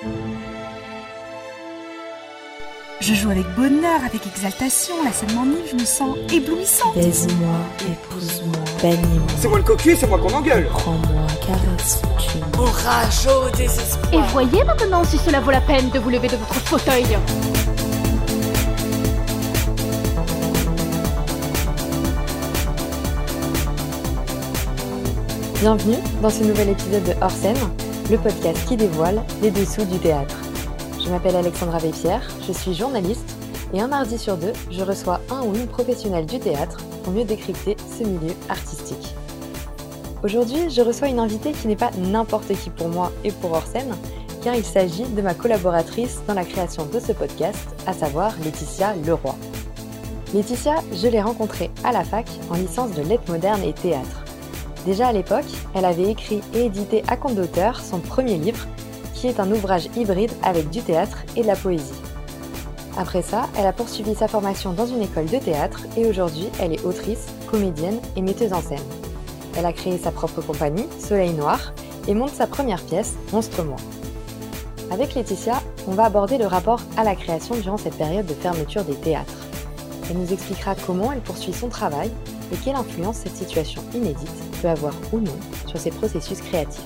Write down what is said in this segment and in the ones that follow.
Je joue avec bonheur, avec exaltation, la scène m'enivre, je me sens éblouissante. Baise-moi, épouse-moi, bannis-moi. C'est moi le cocu et c'est moi qu'on engueule. Prends-moi, caresse-moi. Orage au désespoir. Et voyez maintenant si cela vaut la peine de vous lever de votre fauteuil. Bienvenue dans ce nouvel épisode de Hors Scène, le podcast qui dévoile les dessous du théâtre. Je m'appelle Alexandra Vépierre, je suis journaliste et un mardi sur deux, je reçois un ou une professionnelle du théâtre pour mieux décrypter ce milieu artistique. Aujourd'hui, je reçois une invitée qui n'est pas n'importe qui pour moi et pour Hors Scène, car il s'agit de ma collaboratrice dans la création de ce podcast, à savoir Laetitia Leroy. Laetitia, je l'ai rencontrée à la fac en licence de lettres modernes et théâtre. Déjà à l'époque, elle avait écrit et édité à compte d'auteur son premier livre, qui est un ouvrage hybride avec du théâtre et de la poésie. Après ça, elle a poursuivi sa formation dans une école de théâtre et aujourd'hui, elle est autrice, comédienne et metteuse en scène. Elle a créé sa propre compagnie, Soleil Noir, et monte sa première pièce, Monstre-moi. Avec Laetitia, on va aborder le rapport à la création durant cette période de fermeture des théâtres. Elle nous expliquera comment elle poursuit son travail et quelle influence cette situation inédite peut avoir ou non sur ses processus créatifs.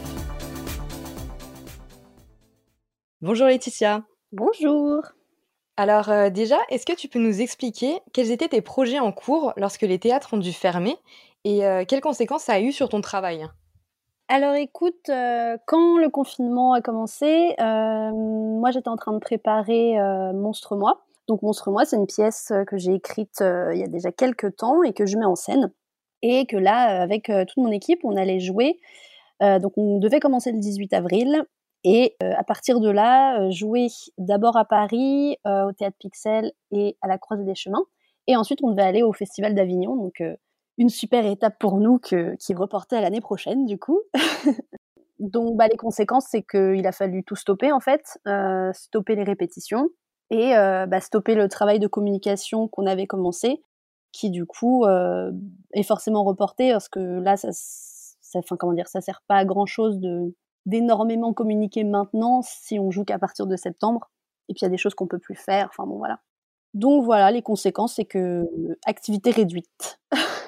Bonjour Laetitia. Bonjour. Alors déjà, est-ce que tu peux nous expliquer quels étaient tes projets en cours lorsque les théâtres ont dû fermer et quelles conséquences ça a eu sur ton travail ? Alors écoute, quand le confinement a commencé, moi j'étais en train de préparer Monstre-moi. Donc Monstre-moi, c'est une pièce que j'ai écrite il y a déjà quelques temps et que je mets en scène. Et que là, avec toute mon équipe, on allait jouer. Donc on devait commencer le 18 avril. Et à partir de là, jouer d'abord à Paris, au Théâtre Pixel et à la Croisée des Chemins. Et ensuite, on devait aller au Festival d'Avignon. Donc une super étape pour nous qui est reportée à l'année prochaine, du coup. Donc les conséquences, c'est qu'il a fallu tout stopper, en fait. Stopper les répétitions et stopper le travail de communication qu'on avait commencé, qui du coup est forcément reporté parce que là, ça sert pas à grand chose d'énormément communiquer maintenant si on joue qu'à partir de septembre. Et puis il y a des choses qu'on peut plus faire. Enfin bon, voilà. Donc voilà, les conséquences, c'est que activité réduite.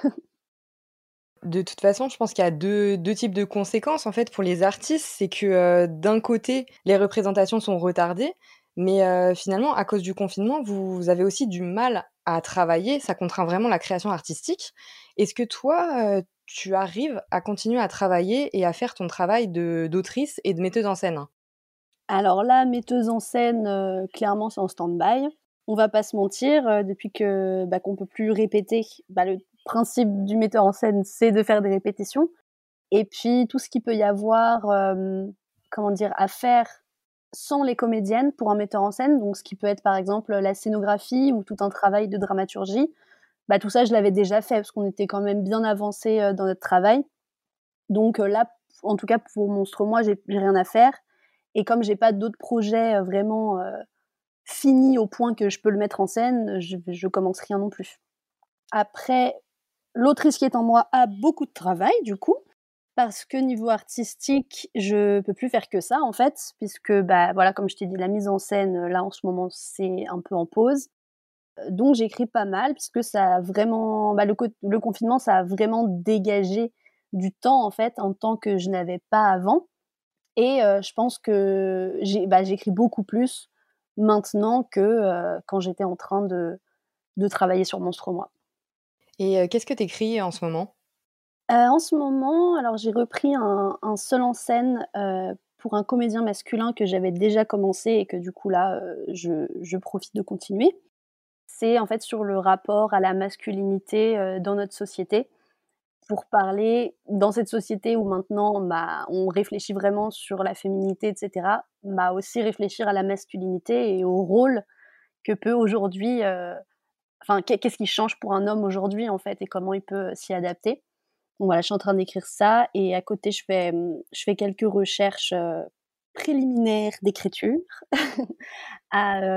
De toute façon, je pense qu'il y a deux types de conséquences en fait pour les artistes. C'est que d'un côté, les représentations sont retardées, mais finalement, à cause du confinement, vous avez aussi du mal à travailler. Ça contraint vraiment la création artistique. Est-ce que toi, tu arrives à continuer à travailler et à faire ton travail d'autrice et de metteuse en scène ? Alors là, metteuse en scène, clairement, c'est en stand-by. On va pas se mentir, depuis qu'on peut plus répéter, le principe du metteur en scène, c'est de faire des répétitions. Et puis, tout ce qu'il peut y avoir à faire sans les comédiennes pour un metteur en scène, donc ce qui peut être par exemple la scénographie ou tout un travail de dramaturgie, tout ça, je l'avais déjà fait parce qu'on était quand même bien avancé dans notre travail. Donc là, en tout cas, pour Monstre-moi, j'ai rien à faire. Et comme j'ai pas d'autres projets vraiment finis au point que je peux le mettre en scène, je commence rien non plus. Après, l'autrice qui est en moi a beaucoup de travail, du coup, parce que niveau artistique, je peux plus faire que ça, en fait, puisque, comme je t'ai dit, la mise en scène, là, en ce moment, c'est un peu en pause. Donc, j'écris pas mal, puisque ça a vraiment, le confinement, ça a vraiment dégagé du temps, en fait, un temps que je n'avais pas avant. Et je pense que j'écris beaucoup plus maintenant que quand j'étais en train de travailler sur Monstre-moi. Et qu'est-ce que tu écris en ce moment ? En ce moment, alors j'ai repris un seul en scène pour un comédien masculin que j'avais déjà commencé et que du coup là, je profite de continuer. C'est en fait sur le rapport à la masculinité dans notre société, pour parler dans cette société où maintenant on réfléchit vraiment sur la féminité, etc. Aussi réfléchir à la masculinité et au rôle que peut aujourd'hui, qu'est-ce qui change pour un homme aujourd'hui en fait et comment il peut s'y adapter. Donc voilà, je suis en train d'écrire ça et à côté je fais quelques recherches préliminaires d'écriture à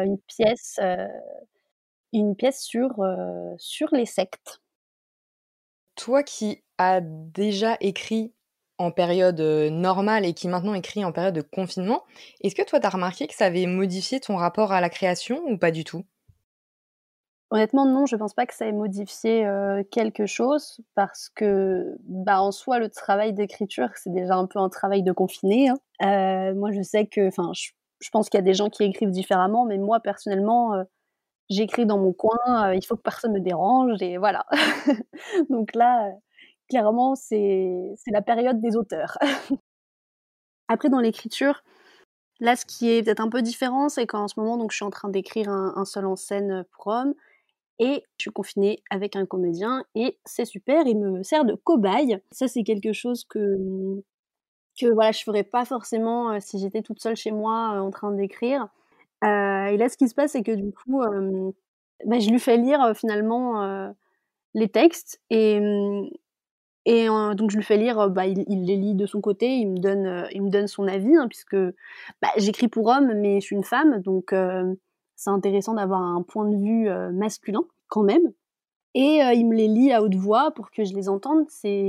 une pièce sur les sectes. Toi qui as déjà écrit en période normale et qui maintenant écrit en période de confinement, est-ce que toi, tu as remarqué que ça avait modifié ton rapport à la création ou pas du tout? Honnêtement, non, je pense pas que ça ait modifié, quelque chose parce que, bah, en soi, le travail d'écriture, c'est déjà un peu un travail de confiné, hein. Moi, je sais que enfin, je pense qu'il y a des gens qui écrivent différemment, mais moi, personnellement, j'écris dans mon coin, il faut que personne me dérange et voilà. Donc là, clairement, c'est la période des auteurs. Après dans l'écriture, là, ce qui est peut-être un peu différent, c'est qu'en ce moment, donc je suis en train d'écrire un seul en scène, pour hommes et je suis confinée avec un comédien et c'est super, il me sert de cobaye. Ça, c'est quelque chose que voilà, je ferais pas forcément, si j'étais toute seule chez moi, en train d'écrire. Et là, ce qui se passe, c'est que du coup, bah, je lui fais lire, finalement, les textes et donc je lui fais lire, bah, il les lit de son côté, il me donne son avis, hein, puisque, bah, j'écris pour homme, mais je suis une femme, donc c'est intéressant d'avoir un point de vue, masculin, quand même et il me les lit à haute voix pour que je les entende.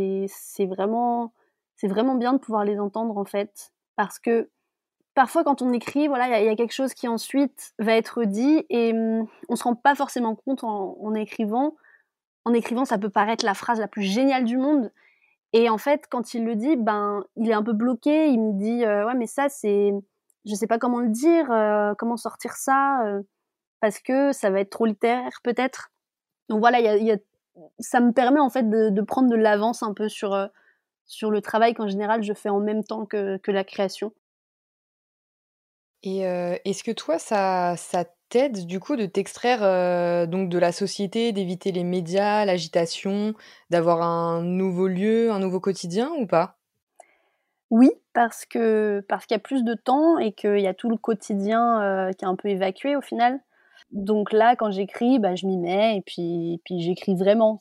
C'est vraiment bien de pouvoir les entendre, en fait, parce que parfois quand on écrit, voilà, il y a quelque chose qui ensuite va être dit et on se rend pas forcément compte en écrivant. En écrivant, ça peut paraître la phrase la plus géniale du monde et en fait, quand il le dit, ben, il est un peu bloqué. Il me dit, «Ouais, mais ça, c'est je sais pas comment le dire, comment sortir ça, parce que ça va être trop littéraire peut-être». Donc voilà, il y a ça me permet en fait de prendre de l'avance un peu sur le travail qu'en général je fais en même temps que la création. Et est-ce que toi, ça t'aide du coup de t'extraire, donc de la société, d'éviter les médias, l'agitation, d'avoir un nouveau lieu, un nouveau quotidien ou pas? Oui, parce qu'il y a plus de temps et qu'il y a tout le quotidien, qui est un peu évacué au final. Donc là, quand j'écris, bah, je m'y mets et puis j'écris vraiment.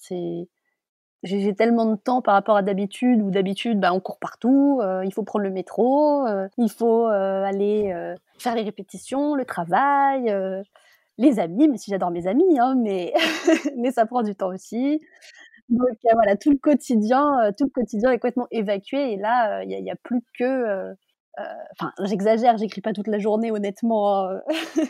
J'ai tellement de temps par rapport à d'habitude où d'habitude, bah, on court partout, il faut prendre le métro, il faut, aller, faire les répétitions, le travail, les amis, même si j'adore mes amis, hein, mais mais ça prend du temps aussi. Donc voilà, tout le quotidien est complètement évacué et là, il y a plus que, enfin j'exagère, j'écris pas toute la journée honnêtement, hein,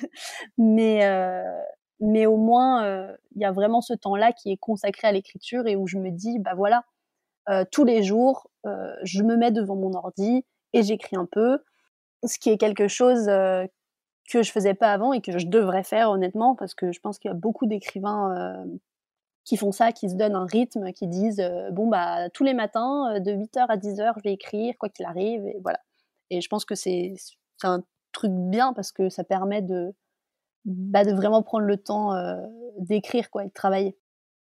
mais mais au moins, il y a vraiment ce temps-là qui est consacré à l'écriture et où je me dis: «Bah voilà, tous les jours, je me mets devant mon ordi et j'écris un peu». Ce qui est quelque chose, que je faisais pas avant et que je devrais faire honnêtement parce que je pense qu'il y a beaucoup d'écrivains, qui font ça, qui se donnent un rythme, qui disent, «Bon, bah, tous les matins, de 8 heures à 10 heures, je vais écrire quoi qu'il arrive» et voilà. Et je pense que c'est un truc bien parce que ça permet bah, de vraiment prendre le temps, d'écrire quoi et de travailler.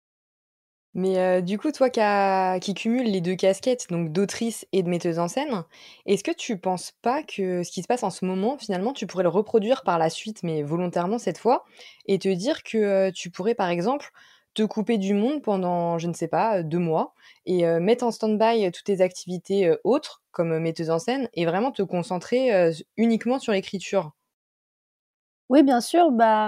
Mais du coup, toi qui cumules les 2 casquettes, donc d'autrice et de metteuse en scène, est-ce que tu penses pas que ce qui se passe en ce moment, finalement, tu pourrais le reproduire par la suite, mais volontairement cette fois, et te dire que, tu pourrais, par exemple, te couper du monde pendant, je ne sais pas, 2 mois et mettre en stand-by, toutes tes activités, autres, comme, metteuse en scène et vraiment te concentrer, uniquement sur l'écriture? Oui, bien sûr, bah,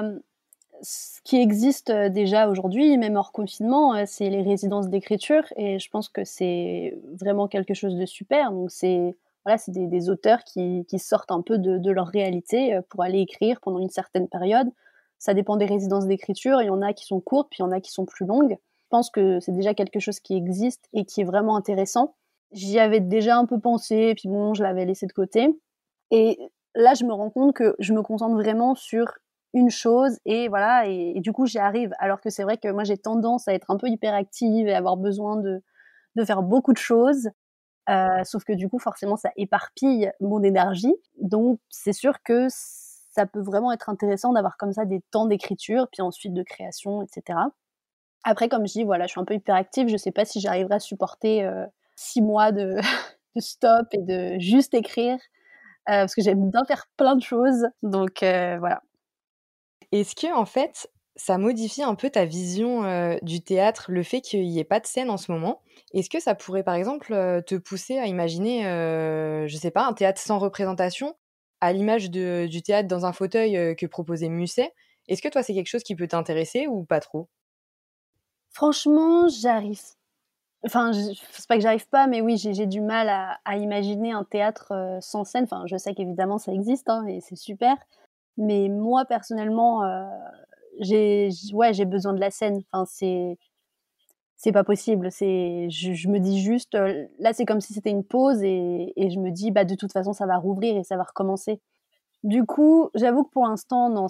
ce qui existe, déjà aujourd'hui, même hors confinement, c'est les résidences d'écriture et je pense que c'est vraiment quelque chose de super. Donc c'est voilà, c'est des auteurs qui sortent un peu de leur réalité, pour aller écrire pendant une certaine période. Ça dépend des résidences d'écriture, il y en a qui sont courtes, puis il y en a qui sont plus longues. Je pense que c'est déjà quelque chose qui existe et qui est vraiment intéressant. J'y avais déjà un peu pensé, puis bon, je l'avais laissé de côté et là, je me rends compte que je me concentre vraiment sur une chose et voilà et du coup, j'y arrive. Alors que c'est vrai que moi, j'ai tendance à être un peu hyperactive et avoir besoin de faire beaucoup de choses, sauf que du coup, forcément, ça éparpille mon énergie. Donc c'est sûr que ça peut vraiment être intéressant d'avoir comme ça des temps d'écriture, puis ensuite de création et cetera. Après, comme je dis, voilà, je suis un peu hyperactive, je sais pas si j'arriverai à supporter, 6 mois de de stop et de juste écrire, parce que j'aime bien faire plein de choses, donc voilà. Est-ce que en fait, ça modifie un peu ta vision, du théâtre, le fait qu'il y ait pas de scène en ce moment? Est-ce que ça pourrait, par exemple, te pousser à imaginer, je sais pas, un théâtre sans représentation, à l'image du théâtre dans un fauteuil, que proposait Musset? Est-ce que toi, c'est quelque chose qui peut t'intéresser ou pas trop? Franchement, Enfin, c'est pas que j'arrive pas, mais oui, j'ai du mal à imaginer un théâtre sans scène. Enfin, je sais qu'évidemment ça existe, hein, et c'est super. Mais moi, personnellement, j'ai besoin de la scène. Enfin, c'est pas possible. Je me dis juste, là, c'est comme si c'était une pause et je me dis, bah, de toute façon, ça va rouvrir et ça va recommencer. Du coup, j'avoue que pour l'instant, non,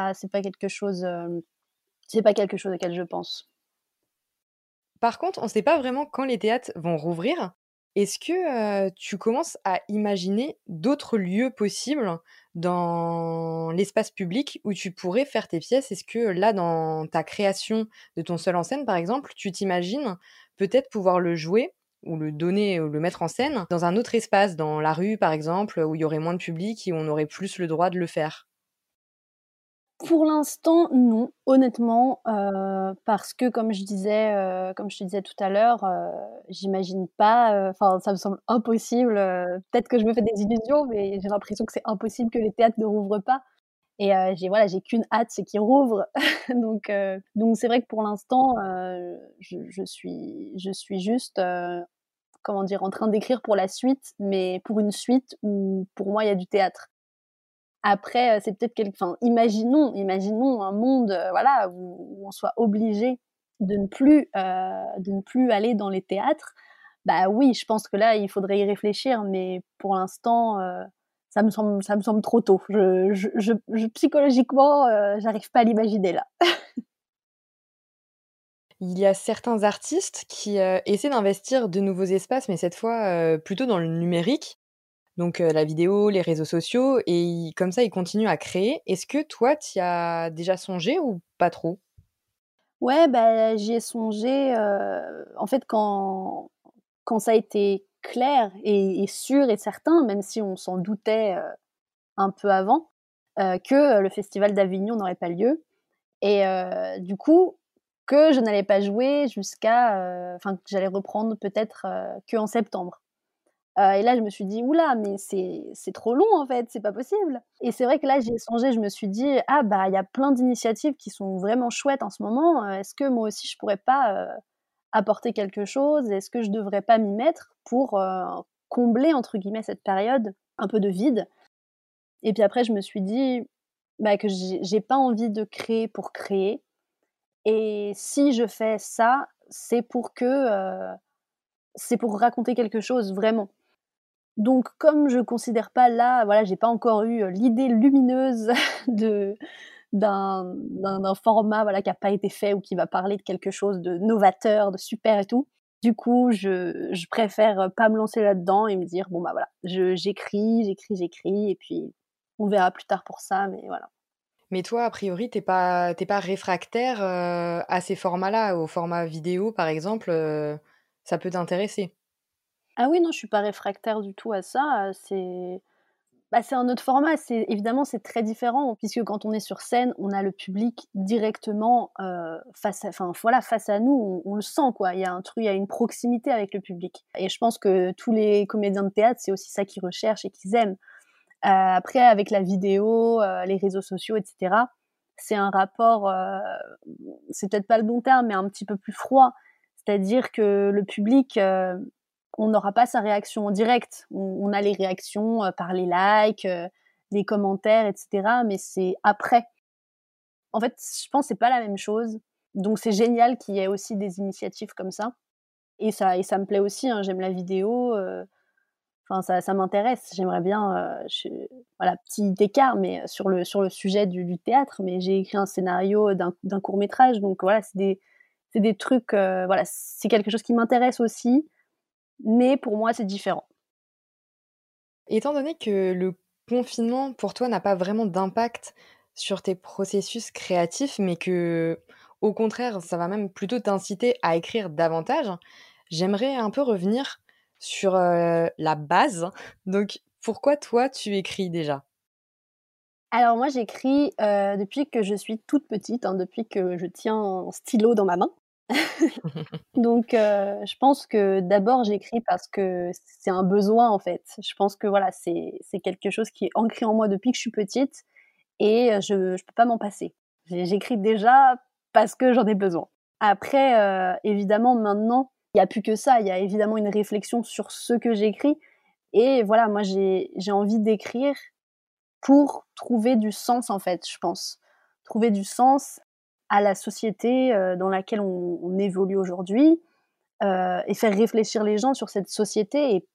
c'est pas quelque chose auquel je pense. Par contre, on ne sait pas vraiment quand les théâtres vont rouvrir. Est-ce que, tu commences à imaginer d'autres lieux possibles dans l'espace public où tu pourrais faire tes pièces? Est-ce que là, dans ta création de ton seul en scène, par exemple, tu t'imagines peut-être pouvoir le jouer ou le donner ou le mettre en scène dans un autre espace, dans la rue, par exemple, où il y aurait moins de public et où on aurait plus le droit de le faire? Pour l'instant, non, honnêtement, parce que comme je te disais tout à l'heure, j'imagine pas, enfin, ça me semble impossible, peut-être que je me fais des illusions, mais j'ai l'impression que c'est impossible que les théâtres ne rouvrent pas et j'ai qu'une hâte, c'est qu'ils rouvrent. Donc c'est vrai que pour l'instant, je suis juste, comment dire? En train d'écrire pour la suite, mais pour une suite où, pour moi, il y a du théâtre. Après, c'est peut-être enfin, imaginons un monde, voilà, où on soit obligé de ne plus aller dans les théâtres. Bah, oui, je pense que là, il faudrait y réfléchir, mais pour l'instant, ça me semble trop tôt. Psychologiquement, j'arrive pas à l'imaginer là. Il y a certains artistes qui, essaient d'investir de nouveaux espaces, mais cette fois, plutôt dans le numérique, donc la vidéo, les réseaux sociaux et ils comme ça, ils continuent à créer. Est-ce que toi, tu y as déjà songé ou pas trop? Ouais, bah, j'y ai songé, en fait, quand ça a été clair et sûr et certain, même si on s'en doutait, un peu avant, que, le festival d'Avignon n'aurait pas lieu et du coup, que je n'allais pas jouer jusqu'à, enfin, que j'allais reprendre peut-être, qu'en septembre. Et là, je me suis dit: «Ouh là, mais c'est trop long, en fait, c'est pas possible» et c'est vrai que là, j'y ai songé, je me suis dit: «Ah bah, il y a plein d'initiatives qui sont vraiment chouettes en ce moment, est-ce que moi aussi je pourrais pas, apporter quelque chose? Est-ce que je devrais pas m'y mettre pour, combler, entre guillemets, cette période un peu de vide?» Et puis après, je me suis dit, bah, que j'ai pas envie de créer pour créer et si je fais ça, c'est pour raconter quelque chose vraiment. Donc comme je considère pas là, voilà, j'ai pas encore eu, l'idée lumineuse de d'un format, voilà, qui a pas été fait ou qui va parler de quelque chose de novateur, de super et tout. Du coup, je préfère, pas me lancer là-dedans et me dire: «Bon, bah, voilà, j'écris et puis on verra plus tard pour ça», mais voilà. Mais toi, a priori, t'es pas réfractaire, à ces formats-là, au format vidéo, par exemple, ça peut t'intéresser? Ah oui, non, je suis pas réfractaire du tout à ça, c'est un autre format. C'est évidemment, c'est très différent puisque quand on est sur scène, on a le public directement, face à nous. On le sent, quoi. Il y a une proximité avec le public et je pense que tous les comédiens de théâtre, c'est aussi ça qu'ils recherchent et qu'ils aiment. Après avec la vidéo, les réseaux sociaux et cetera, c'est un rapport, c'est peut-être pas le bon terme, mais un petit peu plus froid. C'est-à-dire que le public, on n'aura pas sa réaction en direct. On a les réactions, par les likes, les commentaires et cetera, mais c'est après. En fait, je pense que c'est pas la même chose. Donc c'est génial qu'il y ait aussi des initiatives comme ça et ça me plaît aussi, hein. J'aime la vidéo, enfin ça m'intéresse. J'aimerais bien, voilà, petit écart, mais sur le sujet du théâtre, mais j'ai écrit un scénario d'un court métrage, donc voilà, c'est des trucs, voilà, c'est quelque chose qui m'intéresse aussi, mais pour moi, c'est différent. Étant donné que le confinement, pour toi, n'a pas vraiment d'impact sur tes processus créatifs, mais que, au contraire, ça va même plutôt t'inciter à écrire davantage, j'aimerais un peu revenir sur, la base. Donc, pourquoi toi, tu écris déjà? Alors moi, j'écris, depuis que je suis toute petite, hein, depuis que je tiens un stylo dans ma main. Donc je pense que d'abord j'écris parce que c'est un besoin, en fait. Je pense que voilà, c'est quelque chose qui est ancré en moi depuis que je suis petite et je peux pas m'en passer. J'écris déjà parce que j'en ai besoin. Après, évidemment maintenant, Il y a plus que ça, il y a évidemment une réflexion sur ce que j'écris et voilà, moi j'ai envie d'écrire pour trouver du sens, en fait, je pense. Trouver du sens à la société, dans laquelle on évolue aujourd'hui, et faire réfléchir les gens sur cette société et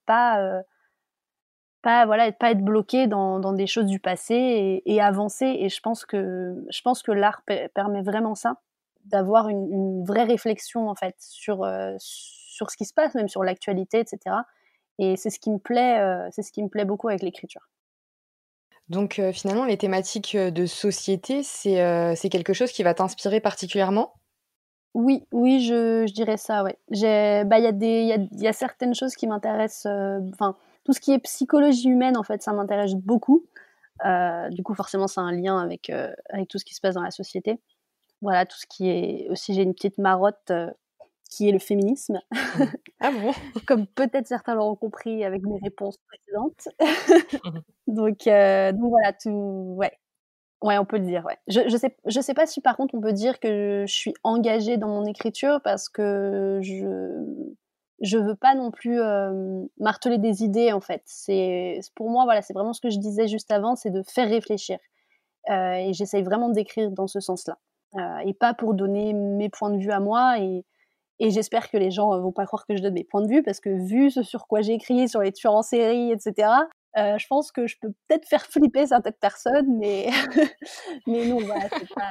pas être bloqué dans des choses du passé et avancer et je pense que l'art permet vraiment ça, d'avoir une vraie réflexion, en fait, sur ce qui se passe, même sur l'actualité et cetera et c'est ce qui me plaît beaucoup avec l'écriture. Donc finalement, les thématiques, de société, c'est quelque chose qui va t'inspirer particulièrement? Oui, oui, je dirais ça, ouais. Il y a certaines choses qui m'intéressent, enfin, tout ce qui est psychologie humaine, en fait, ça m'intéresse beaucoup. Du coup, forcément, c'est un lien avec tout ce qui se passe dans la société. Voilà, tout ce qui est aussi j'ai une petite marotte, qui est le féminisme, Mmh. Ah bon? comme peut-être certains l'auront compris avec mes réponses précédentes. Donc voilà, tout ouais. Ouais, on peut le dire, ouais. Je sais pas si par contre on peut dire que je suis engagée dans mon écriture parce que je veux pas non plus, marteler des idées, en fait. Pour moi, voilà, c'est vraiment ce que je disais juste avant, c'est de faire réfléchir, et j'essaye vraiment d'écrire dans ce sens-là, et pas pour donner mes points de vue à moi et j'espère que les gens, vont pas croire que je donne mes points de vue parce que vu ce sur quoi j'ai écrit, sur les tueurs en série et cetera, je pense que je peux peut-être faire flipper certaines personnes, mais mais non, voilà, c'est pas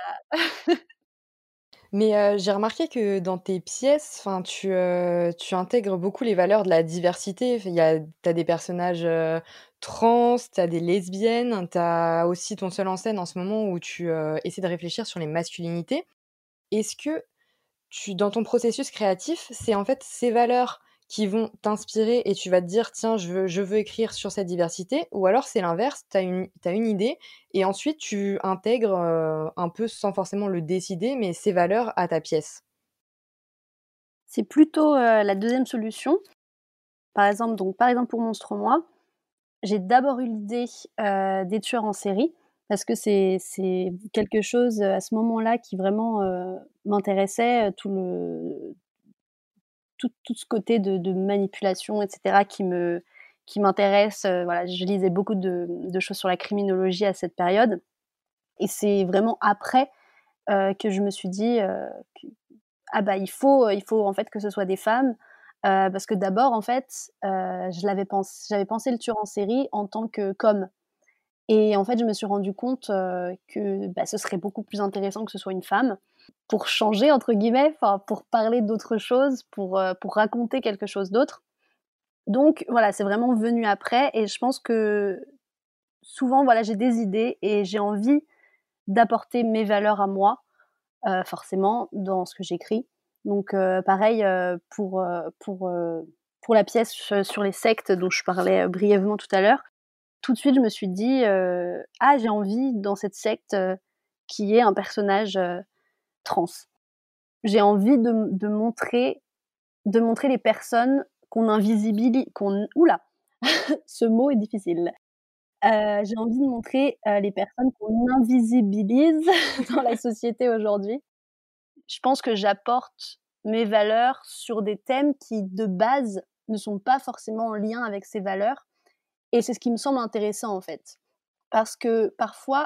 Mais j'ai remarqué que dans tes pièces, enfin, tu intègres beaucoup les valeurs de la diversité. Enfin, il y a tu des personnages, trans, t'as des lesbiennes, t'as aussi ton seul en scène en ce moment où tu, essaies de réfléchir sur les masculinités. Est-ce que dans ton processus créatif, c'est en fait ces valeurs qui vont t'inspirer et tu vas te dire: «Tiens, je veux écrire sur cette diversité» ou alors c'est l'inverse, tu as une idée et ensuite tu intègres, un peu sans forcément le décider, mais ces valeurs à ta pièce? c'est plutôt, la deuxième solution. Par exemple pour Monstre moi, j'ai d'abord eu l'idée, des tueurs en série parce que c'est quelque chose, à ce moment-là qui vraiment, m'intéressait, tout ce côté de manipulation et cetera qui m'intéresse, voilà, je lisais beaucoup de choses sur la criminologie à cette période et c'est vraiment après, que je me suis dit, que ah bah, il faut en fait que ce soit des femmes, parce que d'abord en fait, j'avais pensé le tueur en série en tant qu'homme et en fait, je me suis rendu compte, que, bah, ce serait beaucoup plus intéressant que ce soit une femme pour «changer» entre guillemets, enfin pour parler d'autre chose, pour raconter quelque chose d'autre. Donc voilà, c'est vraiment venu après et je pense que souvent, voilà, j'ai des idées et j'ai envie d'apporter mes valeurs à moi, forcément dans ce que j'écris. Donc pareil, pour la pièce, sur les sectes dont je parlais, brièvement tout à l'heure, tout de suite, je me suis dit, «Ah, j'ai envie dans cette secte, qu'il y ait un personnage, trans». J'ai envie de montrer les personnes qu'on invisibilise, qu'on ouh là, ce mot est difficile. J'ai envie de montrer, les personnes qu'on invisibilise dans la société aujourd'hui. Je pense que j'apporte mes valeurs sur des thèmes qui, de base, ne sont pas forcément en lien avec ces valeurs et c'est ce qui me semble intéressant, en fait. Parce que parfois,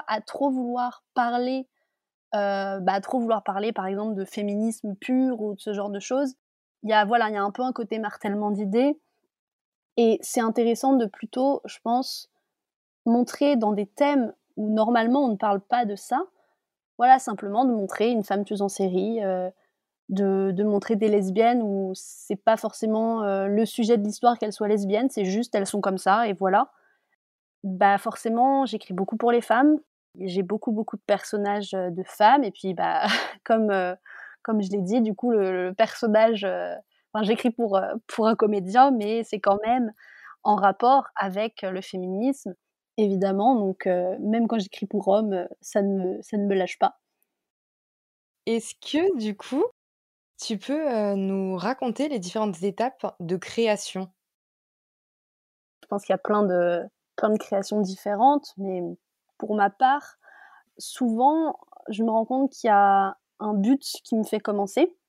à trop vouloir parler, par exemple, de féminisme pur ou de ce genre de choses, il y a un peu un côté martèlement d'idées et c'est intéressant de plutôt, je pense, montrer dans des thèmes où normalement on ne parle pas de ça, voilà, simplement de montrer une femme tueuse en série, de montrer des lesbiennes où c'est pas forcément, le sujet de l'histoire qu'elles soient lesbiennes, c'est juste elles sont comme ça et voilà. Bah, forcément, j'écris beaucoup pour les femmes. J'ai beaucoup, beaucoup de personnages, de femmes et puis, bah, comme je l'ai dit, du coup, le personnage, enfin, j'écris pour un comédien, mais c'est quand même en rapport avec, le féminisme, évidemment, donc même quand j'écris pour hommes, ça ne me lâche pas. Est-ce que du coup, tu peux, nous raconter les différentes étapes de création? Je pense qu'il y a plein de créations différentes, mais pour ma part, souvent, je me rends compte qu'il y a un but qui me fait commencer.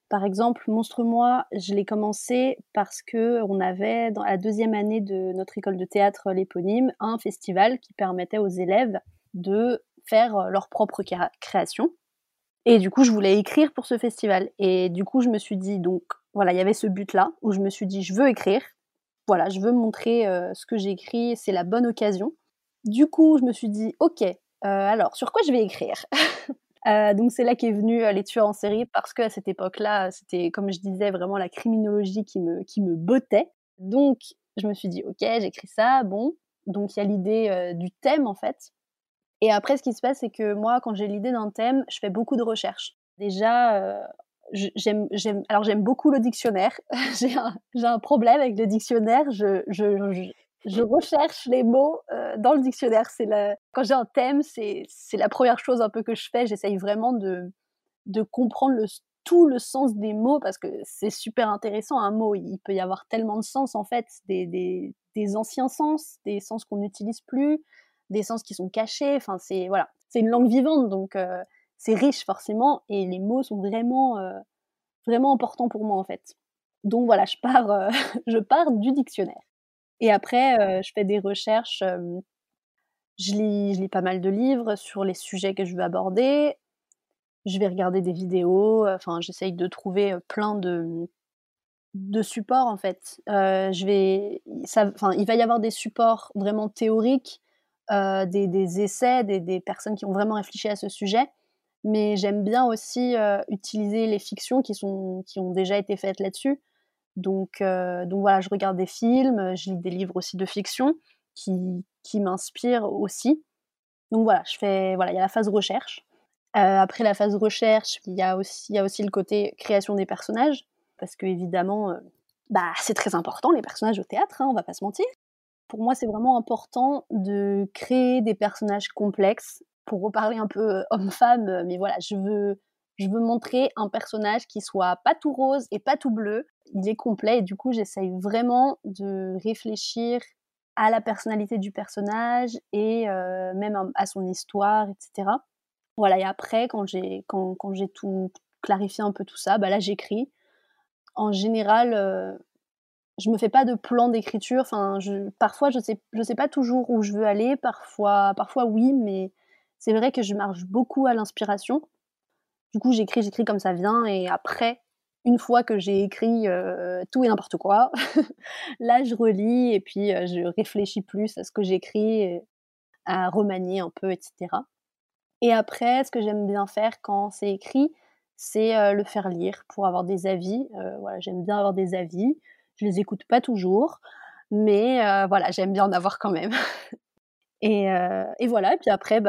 Par exemple, Monstre-moi, je l'ai commencé parce qu'on avait, dans la 2e année de notre école de théâtre, l'éponyme, un festival qui permettait aux élèves de faire leur propre création. Et du coup, je voulais écrire pour ce festival. Et du coup, je me suis dit, donc, voilà, il y avait ce but-là, où je me suis dit, je veux écrire. Voilà, je veux montrer ce que j'ai écrit, c'est la bonne occasion. Du coup, je me suis dit, ok, alors, sur quoi je vais écrire? Donc c'est là qu'est venu les tueurs en série, parce qu'à cette époque-là, c'était, comme je disais, vraiment la criminologie qui me bottait. Donc je me suis dit: «OK, j'écris ça, bon». Donc il y a l'idée du thème, en fait. Et après, ce qui se passe, c'est que moi, quand j'ai l'idée d'un thème, je fais beaucoup de recherches. Déjà, j'aime beaucoup le dictionnaire. J'ai un problème avec le dictionnaire. Je recherche les mots dans le dictionnaire. Quand j'ai un thème, c'est la première chose un peu que je fais. J'essaye vraiment de comprendre tout le sens des mots, parce que c'est super intéressant. Un mot, il peut y avoir tellement de sens, en fait, des anciens sens, des sens qu'on n'utilise plus, des sens qui sont cachés. Enfin, voilà, c'est une langue vivante, donc c'est riche forcément, et les mots sont vraiment importants pour moi, en fait. Donc voilà, je pars du dictionnaire. Et après, je fais des recherches. Je lis pas mal de livres sur les sujets que je veux aborder. Je vais regarder des vidéos, enfin, j'essaye de trouver plein de supports, en fait. Il va y avoir des supports vraiment théoriques, des essais, des personnes qui ont vraiment réfléchi à ce sujet. Mais j'aime bien aussi utiliser les fictions qui ont déjà été faites là-dessus. Donc voilà, je regarde des films, je lis des livres aussi de fiction qui m'inspirent aussi. Donc voilà, il y a la phase recherche. Après la phase recherche, il y a aussi le côté création des personnages, parce qu'évidemment, c'est très important, les personnages au théâtre, hein, on va pas se mentir. Pour moi, c'est vraiment important de créer des personnages complexes, pour reparler un peu homme-femme, mais voilà, je veux montrer un personnage qui soit pas tout rose et pas tout bleu. Il est complet, et du coup, j'essaye vraiment de réfléchir à la personnalité du personnage, et même à son histoire, etc. Voilà, et après, quand j'ai tout clarifié un peu tout ça, là, j'écris. En général, je me fais pas de plan d'écriture. Enfin, parfois, je sais pas toujours où je veux aller. Parfois oui, mais c'est vrai que je marche beaucoup à l'inspiration. Du coup, j'écris comme ça vient, et après, une fois que j'ai écrit tout et n'importe quoi, là, je relis, et puis je réfléchis plus à ce que j'écris, à remanier un peu, etc. Et après, ce que j'aime bien faire quand c'est écrit, c'est le faire lire pour avoir des avis. Voilà, j'aime bien avoir des avis. Je les écoute pas toujours, mais voilà, j'aime bien en avoir quand même. Et voilà, et puis après,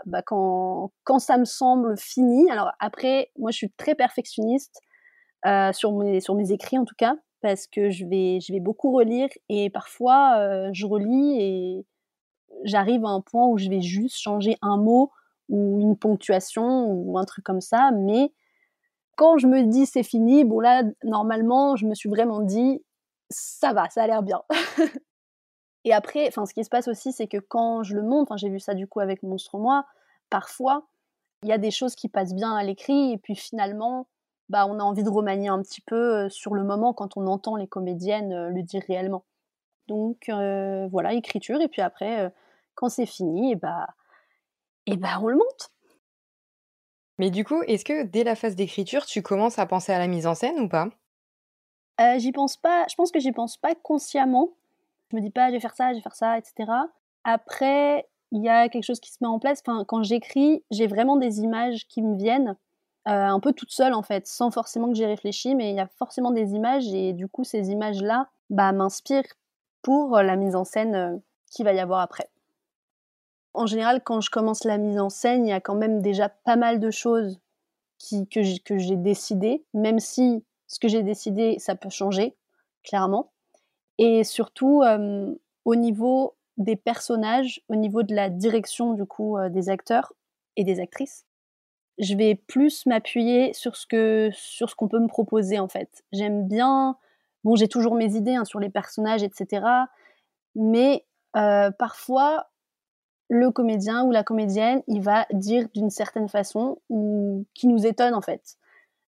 quand ça me semble fini. Alors après, moi, je suis très perfectionniste sur mes écrits, en tout cas, parce que je vais beaucoup relire, et parfois, je relis et j'arrive à un point où je vais juste changer un mot ou une ponctuation ou un truc comme ça. Mais quand je me dis c'est fini, bon là, normalement, je me suis vraiment dit ça va, ça a l'air bien. Et après, ce qui se passe aussi, c'est que quand je le monte, j'ai vu ça du coup avec Monstre-moi, parfois, il y a des choses qui passent bien à l'écrit, et puis finalement, on a envie de remanier un petit peu sur le moment, quand on entend les comédiennes le dire réellement. Donc voilà, écriture, et puis après, quand c'est fini, on le monte. Mais du coup, est-ce que dès la phase d'écriture, tu commences à penser à la mise en scène ou pas? J'y pense pas, je pense que j'y pense pas consciemment. Je me dis pas: «Je vais faire ça» et cetera. Après, il y a quelque chose qui se met en place. Enfin, quand j'écris, j'ai vraiment des images qui me viennent, un peu toute seule, en fait, sans forcément que j'y réfléchi, mais il y a forcément des images, et du coup, ces images-là, m'inspirent pour la mise en scène qu'il va y avoir après. En général, quand je commence la mise en scène, il y a quand même déjà pas mal de choses que j'ai décidées, même si ce que j'ai décidé, ça peut changer, clairement. Et surtout, au niveau des personnages, au niveau de la direction, du coup, des acteurs et des actrices, je vais plus m'appuyer sur ce qu'on peut me proposer, en fait. J'aime bien, bon, j'ai toujours mes idées, hein, sur les personnages, et cetera, mais parfois, le comédien ou la comédienne, il va dire d'une certaine façon, ou qui nous étonne, en fait.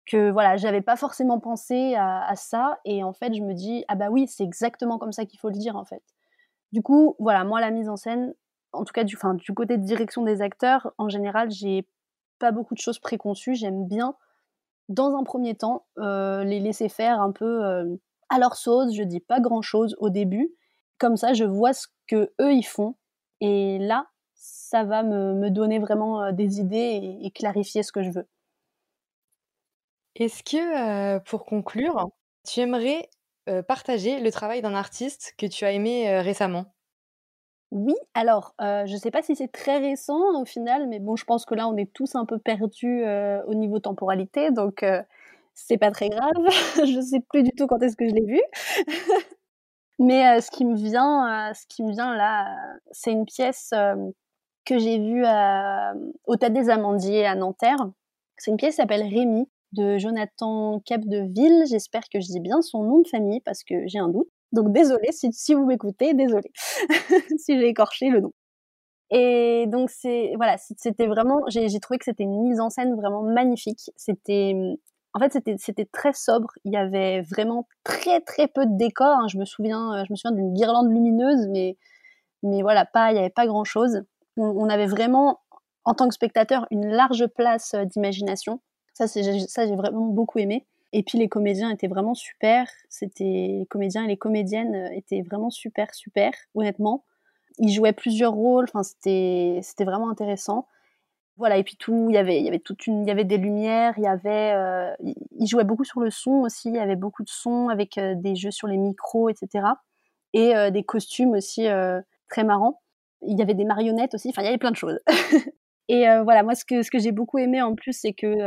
que voilà, j'avais pas forcément pensé à ça, et en fait, je me dis: «Ah bah oui, c'est exactement comme ça qu'il faut le dire, en fait». Du coup, voilà, moi, la mise en scène, en tout cas du côté de direction des acteurs, en général, j'ai pas beaucoup de choses préconçues. J'aime bien, dans un premier temps, les laisser faire un peu, à leur sauce. Je dis pas grand-chose au début. Comme ça, je vois ce qu'eux, ils font, et là, ça va me donner vraiment, des idées et clarifier ce que je veux. Est-ce que, pour conclure, tu aimerais, partager le travail d'un artiste que tu as aimé, récemment? Oui, alors, je sais pas si c'est très récent au final, mais bon, je pense que là, on est tous un peu perdus, au niveau temporalité, donc c'est pas très grave. Je sais plus du tout quand est-ce que je l'ai vu. Mais ce qui me vient là, c'est une pièce, que j'ai vue au Théâtre des Amandiers à Nanterre. C'est une pièce qui s'appelle Rémi de Jonathan Capdeville. J'espère que je dis bien son nom de famille parce que j'ai un doute. Donc désolée si vous m'écoutez, désolée si j'ai écorché le nom. Et donc c'était vraiment, j'ai trouvé que c'était une mise en scène vraiment magnifique. En fait, c'était très sobre. Il y avait vraiment très, très peu de décors, hein. Je me souviens d'une guirlande lumineuse, mais voilà, il y avait pas grand-chose. On avait vraiment, en tant que spectateur, une large place, d'imagination. Ça, j'ai vraiment beaucoup aimé. Et puis les comédiens étaient vraiment super. Les comédiens et les comédiennes, étaient vraiment super, super, honnêtement. Ils jouaient plusieurs rôles, enfin c'était vraiment intéressant. Voilà, et puis il y avait des lumières, ils jouaient beaucoup sur le son aussi, il y avait beaucoup de sons avec, des jeux sur les micros, et cetera, et des costumes aussi, très marrants. Il y avait des marionnettes aussi, enfin il y avait plein de choses. Et voilà, moi ce que j'ai beaucoup aimé en plus, c'est que,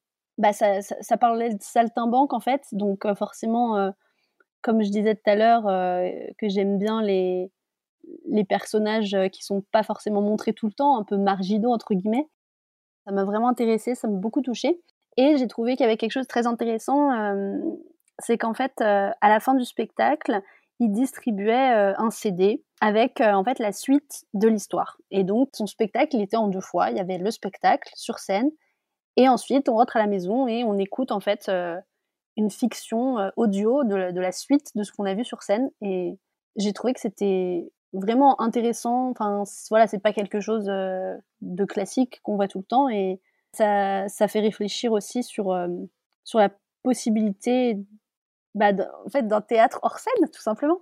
ça parlait de saltimbanque en fait, donc forcément, comme je disais tout à l'heure, que j'aime bien les personnages, qui sont pas forcément montrés tout le temps, un peu «marginaux» entre guillemets. Ça m'a vraiment intéressée, ça m'a beaucoup touchée, et j'ai trouvé qu'il y avait quelque chose de très intéressant, c'est qu'en fait, à la fin du spectacle, ils distribuaient, un CD avec, en fait, la suite de l'histoire, et donc son spectacle, il était en 2 fois. Il y avait le spectacle sur scène, et ensuite on rentre à la maison et on écoute en fait, une fiction, audio de la suite de ce qu'on a vu sur scène, et j'ai trouvé que c'était vraiment intéressant. Enfin, voilà, c'est pas quelque chose, de classique qu'on voit tout le temps, et ça fait réfléchir aussi sur la possibilité, en fait, d'un théâtre hors scène, tout simplement.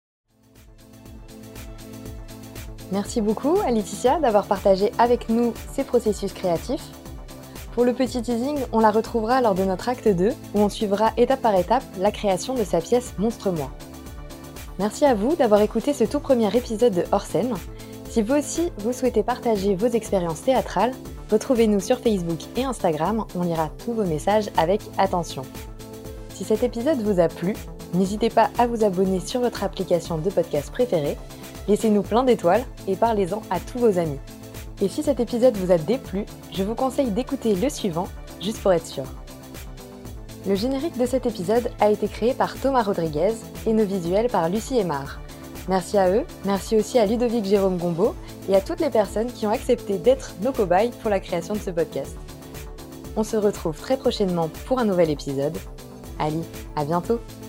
Merci beaucoup à Laetitia d'avoir partagé avec nous ces processus créatifs. Pour le petit teasing, on la retrouvera lors de notre acte 2, où on suivra étape par étape la création de sa pièce Monstre-moi. Merci à vous d'avoir écouté ce tout premier épisode de Hors Scène. Si vous aussi, vous souhaitez partager vos expériences théâtrales, retrouvez-nous sur Facebook et Instagram, on lira tous vos messages avec attention. Si cet épisode vous a plu, n'hésitez pas à vous abonner sur votre application de podcast préférée, laissez-nous plein d'étoiles et parlez-en à tous vos amis. Et si cet épisode vous a déplu, je vous conseille d'écouter le suivant, juste pour être sûr. Le générique de cet épisode a été créé par Thomas Rodriguez et nos visuels par Lucie Aymar. Merci à eux, merci aussi à Ludovic Jérôme Gombeau et à toutes les personnes qui ont accepté d'être nos cobayes pour la création de ce podcast. On se retrouve très prochainement pour un nouvel épisode. Allez, à bientôt!